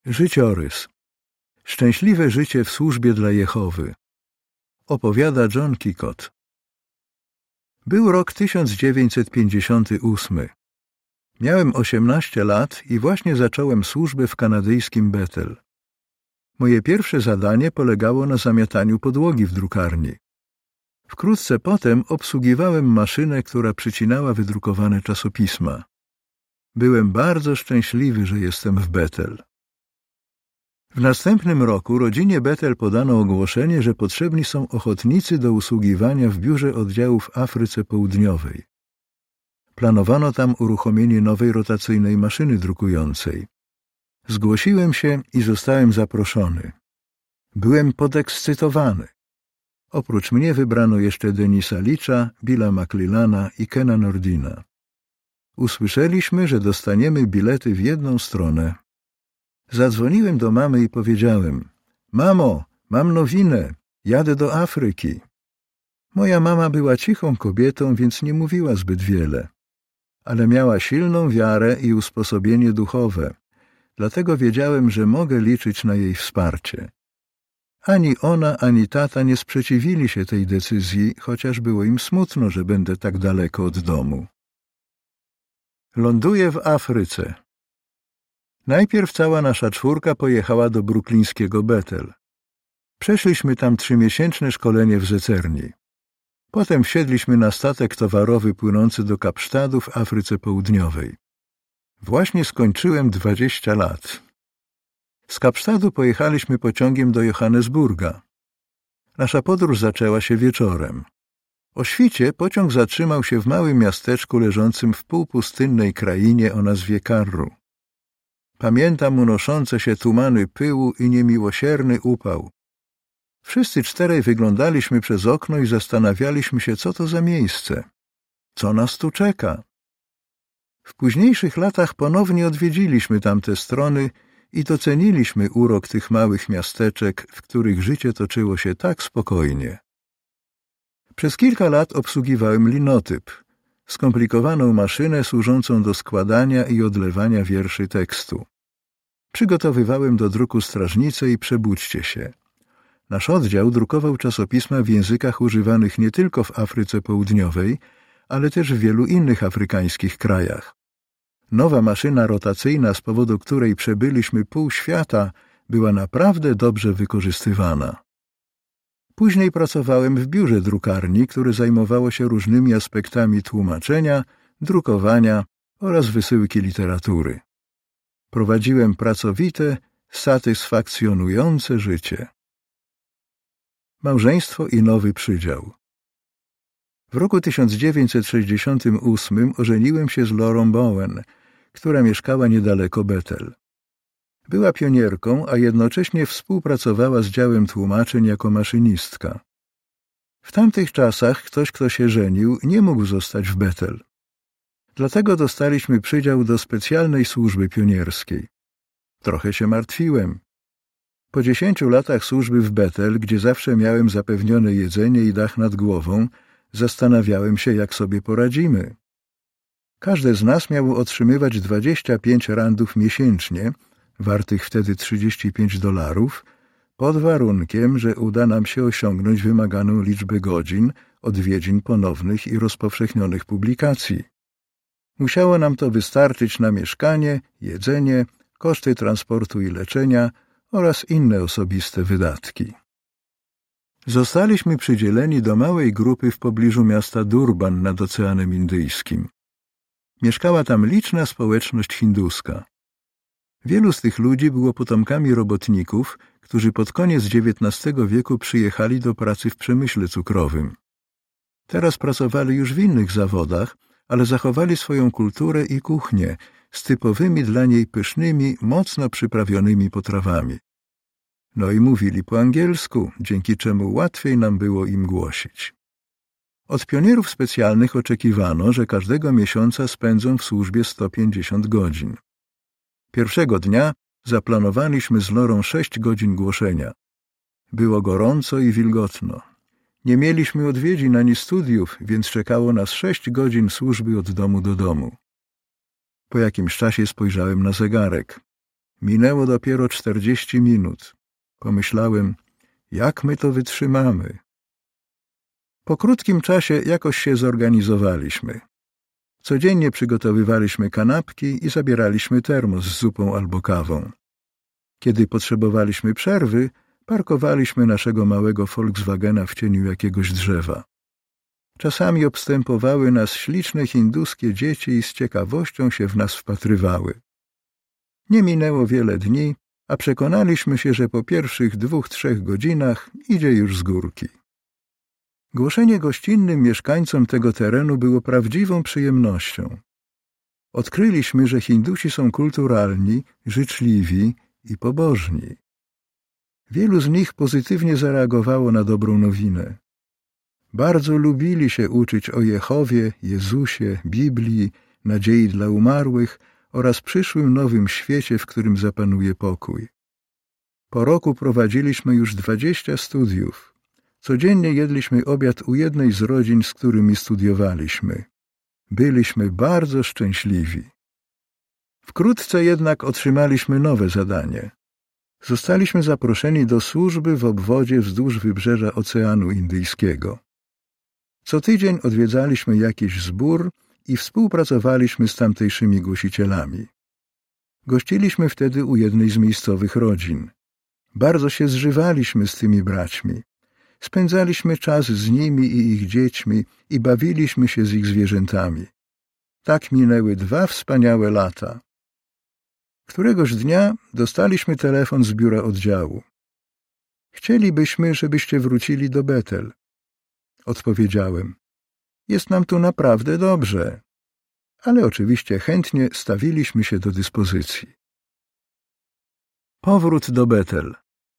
Życiorys. Szczęśliwe życie w służbie dla Jehowy. Opowiada John Kikot. Był rok 1958. Miałem 18 lat i właśnie zacząłem służbę w kanadyjskim Bethel. Moje pierwsze zadanie polegało na zamiataniu podłogi w drukarni. Wkrótce potem obsługiwałem maszynę, która przycinała wydrukowane czasopisma. Byłem bardzo szczęśliwy, że jestem w Bethel. W następnym roku rodzinie Bethel podano ogłoszenie, że potrzebni są ochotnicy do usługiwania w biurze oddziału w Afryce Południowej. Planowano tam uruchomienie nowej rotacyjnej maszyny drukującej. Zgłosiłem się i zostałem zaproszony. Byłem podekscytowany. Oprócz mnie wybrano jeszcze Denisa Licza, Billa McClellana i Kena Nordina. Usłyszeliśmy, że dostaniemy bilety w jedną stronę. Zadzwoniłem do mamy i powiedziałem: „Mamo, mam nowinę, jadę do Afryki”. Moja mama była cichą kobietą, więc nie mówiła zbyt wiele, ale miała silną wiarę i usposobienie duchowe, dlatego wiedziałem, że mogę liczyć na jej wsparcie. Ani ona, ani tata nie sprzeciwili się tej decyzji, chociaż było im smutno, że będę tak daleko od domu. Ląduję w Afryce. Najpierw cała nasza czwórka pojechała do bruklińskiego Bethel. Przeszliśmy tam 3-miesięczne szkolenie w zecerni. Potem wsiedliśmy na statek towarowy płynący do Kapsztadu w Afryce Południowej. Właśnie skończyłem 20 lat. Z Kapsztadu pojechaliśmy pociągiem do Johannesburga. Nasza podróż zaczęła się wieczorem. O świcie pociąg zatrzymał się w małym miasteczku leżącym w półpustynnej krainie o nazwie Karru. Pamiętam unoszące się tumany pyłu i niemiłosierny upał. Wszyscy 4 wyglądaliśmy przez okno i zastanawialiśmy się, co to za miejsce. Co nas tu czeka? W późniejszych latach ponownie odwiedziliśmy tamte strony i doceniliśmy urok tych małych miasteczek, w których życie toczyło się tak spokojnie. Przez kilka lat obsługiwałem linotyp, skomplikowaną maszynę służącą do składania i odlewania wierszy tekstu. Przygotowywałem do druku strażnice i Przebudźcie się. Nasz oddział drukował czasopisma w językach używanych nie tylko w Afryce Południowej, ale też w wielu innych afrykańskich krajach. Nowa maszyna rotacyjna, z powodu której przebyliśmy pół świata, była naprawdę dobrze wykorzystywana. Później pracowałem w biurze drukarni, które zajmowało się różnymi aspektami tłumaczenia, drukowania oraz wysyłki literatury. Prowadziłem pracowite, satysfakcjonujące życie. Małżeństwo i nowy przydział. W roku 1968 ożeniłem się z Laurą Bowen, która mieszkała niedaleko Bethel. Była pionierką, a jednocześnie współpracowała z działem tłumaczeń jako maszynistka. W tamtych czasach ktoś, kto się żenił, nie mógł zostać w Bethel. Dlatego dostaliśmy przydział do specjalnej służby pionierskiej. Trochę się martwiłem. Po 10 latach służby w Bethel, gdzie zawsze miałem zapewnione jedzenie i dach nad głową, zastanawiałem się, jak sobie poradzimy. Każde z nas miało otrzymywać 25 randów miesięcznie, wartych wtedy $35, pod warunkiem, że uda nam się osiągnąć wymaganą liczbę godzin, odwiedzin ponownych i rozpowszechnionych publikacji. Musiało nam to wystarczyć na mieszkanie, jedzenie, koszty transportu i leczenia oraz inne osobiste wydatki. Zostaliśmy przydzieleni do małej grupy w pobliżu miasta Durban nad Oceanem Indyjskim. Mieszkała tam liczna społeczność hinduska. Wielu z tych ludzi było potomkami robotników, którzy pod koniec XIX wieku przyjechali do pracy w przemyśle cukrowym. Teraz pracowali już w innych zawodach, ale zachowali swoją kulturę i kuchnię z typowymi dla niej pysznymi, mocno przyprawionymi potrawami. No i mówili po angielsku, dzięki czemu łatwiej nam było im głosić. Od pionierów specjalnych oczekiwano, że każdego miesiąca spędzą w służbie 150 godzin. Pierwszego dnia zaplanowaliśmy z Lorą 6 godzin głoszenia. Było gorąco i wilgotno. Nie mieliśmy odwiedzin ani studiów, więc czekało nas 6 godzin służby od domu do domu. Po jakimś czasie spojrzałem na zegarek. Minęło dopiero 40 minut. Pomyślałem, jak my to wytrzymamy. Po krótkim czasie jakoś się zorganizowaliśmy. Codziennie przygotowywaliśmy kanapki i zabieraliśmy termos z zupą albo kawą. Kiedy potrzebowaliśmy przerwy, parkowaliśmy naszego małego Volkswagena w cieniu jakiegoś drzewa. Czasami obstępowały nas śliczne hinduskie dzieci i z ciekawością się w nas wpatrywały. Nie minęło wiele dni, a przekonaliśmy się, że po pierwszych 2–3 godzinach idzie już z górki. Głoszenie gościnnym mieszkańcom tego terenu było prawdziwą przyjemnością. Odkryliśmy, że Hindusi są kulturalni, życzliwi i pobożni. Wielu z nich pozytywnie zareagowało na dobrą nowinę. Bardzo lubili się uczyć o Jehowie, Jezusie, Biblii, nadziei dla umarłych oraz przyszłym nowym świecie, w którym zapanuje pokój. Po roku prowadziliśmy już 20 studiów. Codziennie jedliśmy obiad u jednej z rodzin, z którymi studiowaliśmy. Byliśmy bardzo szczęśliwi. Wkrótce jednak otrzymaliśmy nowe zadanie. Zostaliśmy zaproszeni do służby w obwodzie wzdłuż wybrzeża Oceanu Indyjskiego. Co tydzień odwiedzaliśmy jakiś zbór i współpracowaliśmy z tamtejszymi głosicielami. Gościliśmy wtedy u jednej z miejscowych rodzin. Bardzo się zżywaliśmy z tymi braćmi. Spędzaliśmy czas z nimi i ich dziećmi i bawiliśmy się z ich zwierzętami. Tak minęły 2 wspaniałe lata. Któregoś dnia dostaliśmy telefon z biura oddziału. Chcielibyśmy, żebyście wrócili do Betel. Odpowiedziałem. Jest nam tu naprawdę dobrze. Ale oczywiście chętnie stawiliśmy się do dyspozycji. Powrót do Betel.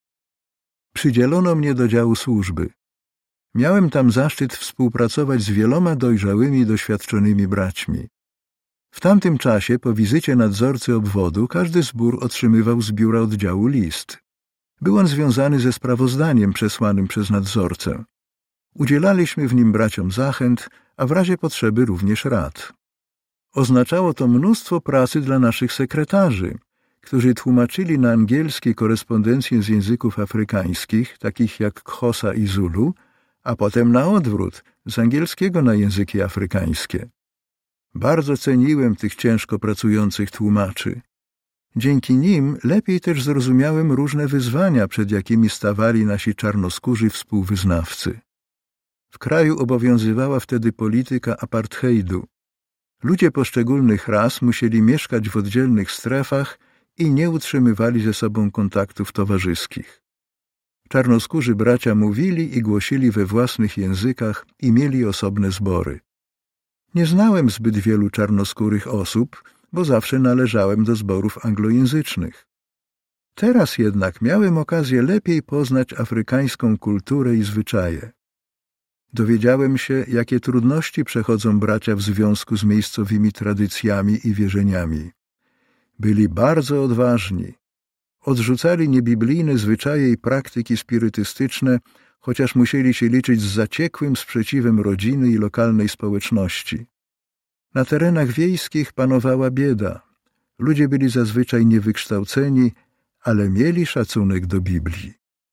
Przydzielono mnie do działu służby. Miałem tam zaszczyt współpracować z wieloma dojrzałymi, doświadczonymi braćmi. W tamtym czasie, po wizycie nadzorcy obwodu, każdy zbór otrzymywał z biura oddziału list. Był on związany ze sprawozdaniem przesłanym przez nadzorcę. Udzielaliśmy w nim braciom zachęt, a w razie potrzeby również rad. Oznaczało to mnóstwo pracy dla naszych sekretarzy, którzy tłumaczyli na angielski korespondencję z języków afrykańskich, takich jak Xhosa i Zulu, a potem na odwrót, z angielskiego na języki afrykańskie. Bardzo ceniłem tych ciężko pracujących tłumaczy. Dzięki nim lepiej też zrozumiałem różne wyzwania, przed jakimi stawali nasi czarnoskórzy współwyznawcy. W kraju obowiązywała wtedy polityka apartheidu. Ludzie poszczególnych ras musieli mieszkać w oddzielnych strefach i nie utrzymywali ze sobą kontaktów towarzyskich. Czarnoskórzy bracia mówili i głosili we własnych językach i mieli osobne zbory. Nie znałem zbyt wielu czarnoskórych osób, bo zawsze należałem do zborów anglojęzycznych. Teraz jednak miałem okazję lepiej poznać afrykańską kulturę i zwyczaje. Dowiedziałem się, jakie trudności przechodzą bracia w związku z miejscowymi tradycjami i wierzeniami. Byli bardzo odważni. Odrzucali niebiblijne zwyczaje i praktyki spirytystyczne, chociaż musieli się liczyć z zaciekłym sprzeciwem rodziny i lokalnej społeczności. Na terenach wiejskich panowała bieda. Ludzie byli zazwyczaj niewykształceni, ale mieli szacunek do Biblii.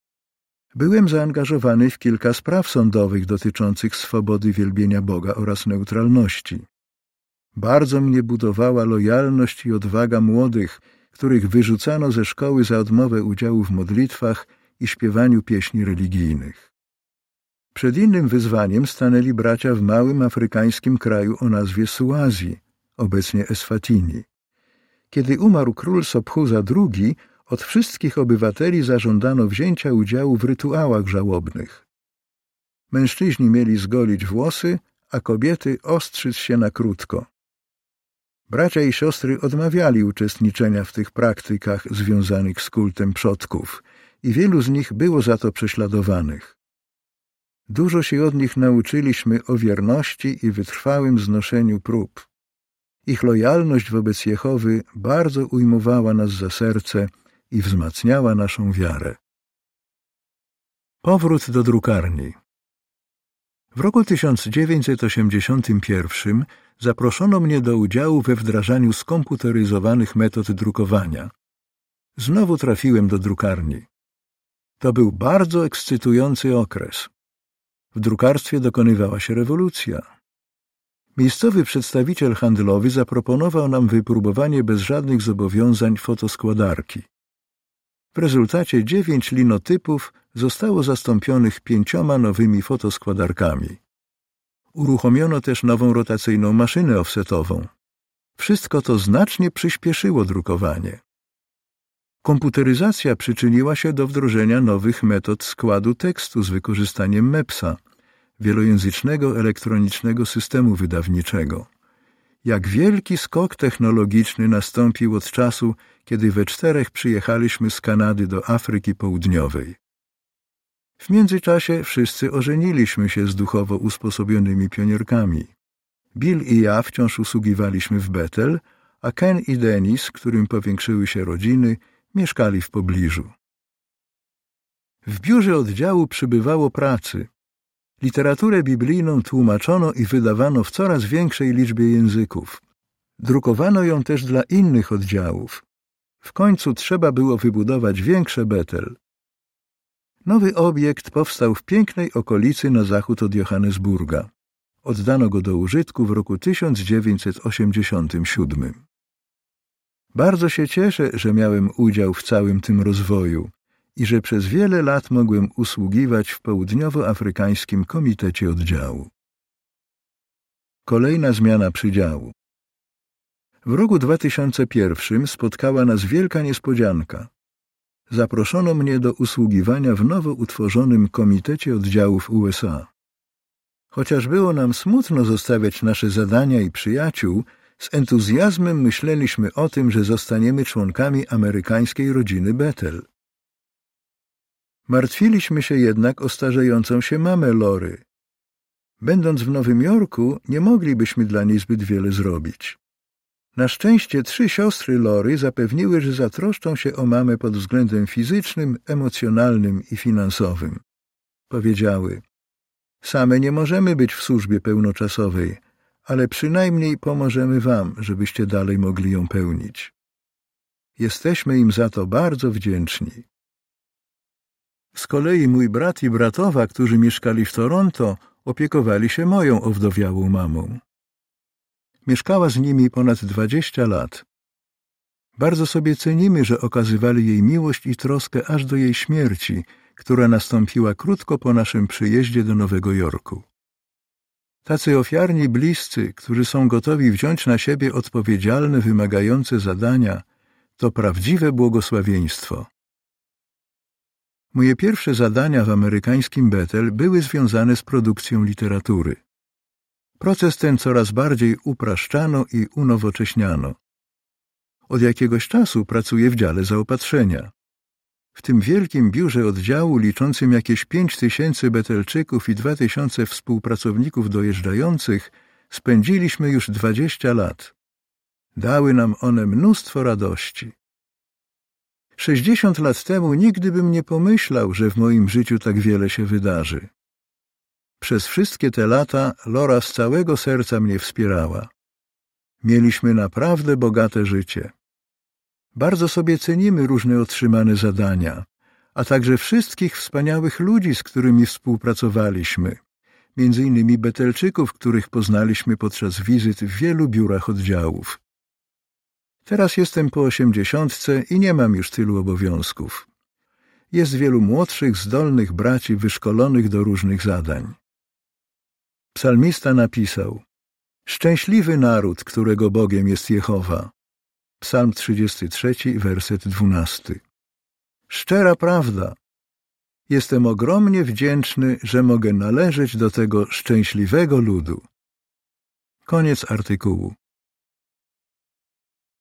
Byłem zaangażowany w kilka spraw sądowych dotyczących swobody wielbienia Boga oraz neutralności. Bardzo mnie budowała lojalność i odwaga młodych, których wyrzucano ze szkoły za odmowę udziału w modlitwach i śpiewaniu pieśni religijnych. Przed innym wyzwaniem stanęli bracia w małym afrykańskim kraju o nazwie Suazji, obecnie Eswatini. Kiedy umarł król Sobhuza II, od wszystkich obywateli zażądano wzięcia udziału w rytuałach żałobnych. Mężczyźni mieli zgolić włosy, a kobiety ostrzyć się na krótko. Bracia i siostry odmawiali uczestniczenia w tych praktykach związanych z kultem przodków i wielu z nich było za to prześladowanych. Dużo się od nich nauczyliśmy o wierności i wytrwałym znoszeniu prób. Ich lojalność wobec Jehowy bardzo ujmowała nas za serce i wzmacniała naszą wiarę. Powrót do drukarni. W roku 1981 zaproszono mnie do udziału we wdrażaniu skomputeryzowanych metod drukowania. Znowu trafiłem do drukarni. To był bardzo ekscytujący okres. W drukarstwie dokonywała się rewolucja. Miejscowy przedstawiciel handlowy zaproponował nam wypróbowanie bez żadnych zobowiązań fotoskładarki. W rezultacie 9 linotypów zostało zastąpionych 5 nowymi fotoskładarkami. Uruchomiono też nową rotacyjną maszynę offsetową. Wszystko to znacznie przyspieszyło drukowanie. Komputeryzacja przyczyniła się do wdrożenia nowych metod składu tekstu z wykorzystaniem MEPS-a, wielojęzycznego elektronicznego systemu wydawniczego. Jak wielki skok technologiczny nastąpił od czasu, kiedy we 4 przyjechaliśmy z Kanady do Afryki Południowej. W międzyczasie wszyscy ożeniliśmy się z duchowo usposobionymi pionierkami. Bill i ja wciąż usługiwaliśmy w Bethel, a Ken i Dennis, którym powiększyły się rodziny, mieszkali w pobliżu. W biurze oddziału przybywało pracy. Literaturę biblijną tłumaczono i wydawano w coraz większej liczbie języków. Drukowano ją też dla innych oddziałów. W końcu trzeba było wybudować większe Bethel. Nowy obiekt powstał w pięknej okolicy na zachód od Johannesburga. Oddano go do użytku w roku 1987. Bardzo się cieszę, że miałem udział w całym tym rozwoju i że przez wiele lat mogłem usługiwać w Południowoafrykańskim Komitecie Oddziału. Kolejna zmiana przydziału. W roku 2001 spotkała nas wielka niespodzianka. Zaproszono mnie do usługiwania w nowo utworzonym Komitecie Oddziałów USA. Chociaż było nam smutno zostawiać nasze zadania i przyjaciół, z entuzjazmem myśleliśmy o tym, że zostaniemy członkami amerykańskiej rodziny Bethel. Martwiliśmy się jednak o starzejącą się mamę Lory. Będąc w Nowym Jorku, nie moglibyśmy dla niej zbyt wiele zrobić. Na szczęście 3 siostry Lory zapewniły, że zatroszczą się o mamę pod względem fizycznym, emocjonalnym i finansowym. Powiedziały: same nie możemy być w służbie pełnoczasowej, ale przynajmniej pomożemy wam, żebyście dalej mogli ją pełnić. Jesteśmy im za to bardzo wdzięczni. Z kolei mój brat i bratowa, którzy mieszkali w Toronto, opiekowali się moją owdowiałą mamą. Mieszkała z nimi ponad 20 lat. Bardzo sobie cenimy, że okazywali jej miłość i troskę aż do jej śmierci, która nastąpiła krótko po naszym przyjeździe do Nowego Jorku. Tacy ofiarni bliscy, którzy są gotowi wziąć na siebie odpowiedzialne, wymagające zadania, to prawdziwe błogosławieństwo. Moje pierwsze zadania w amerykańskim Bethel były związane z produkcją literatury. Proces ten coraz bardziej upraszczano i unowocześniano. Od jakiegoś czasu pracuję w dziale zaopatrzenia. W tym wielkim biurze oddziału liczącym jakieś 5000 Bethelczyków i 2000 współpracowników dojeżdżających spędziliśmy już 20 lat. Dały nam one mnóstwo radości. 60 lat temu nigdy bym nie pomyślał, że w moim życiu tak wiele się wydarzy. Przez wszystkie te lata Lora z całego serca mnie wspierała. Mieliśmy naprawdę bogate życie. Bardzo sobie cenimy różne otrzymane zadania, a także wszystkich wspaniałych ludzi, z którymi współpracowaliśmy, między innymi Bethelczyków, których poznaliśmy podczas wizyt w wielu biurach oddziałów. Teraz jestem po 80 i nie mam już tylu obowiązków. Jest wielu młodszych, zdolnych braci wyszkolonych do różnych zadań. Psalmista napisał: szczęśliwy naród, którego Bogiem jest Jehowa. Psalm 33, werset 12. Szczera prawda. Jestem ogromnie wdzięczny, że mogę należeć do tego szczęśliwego ludu. Koniec artykułu.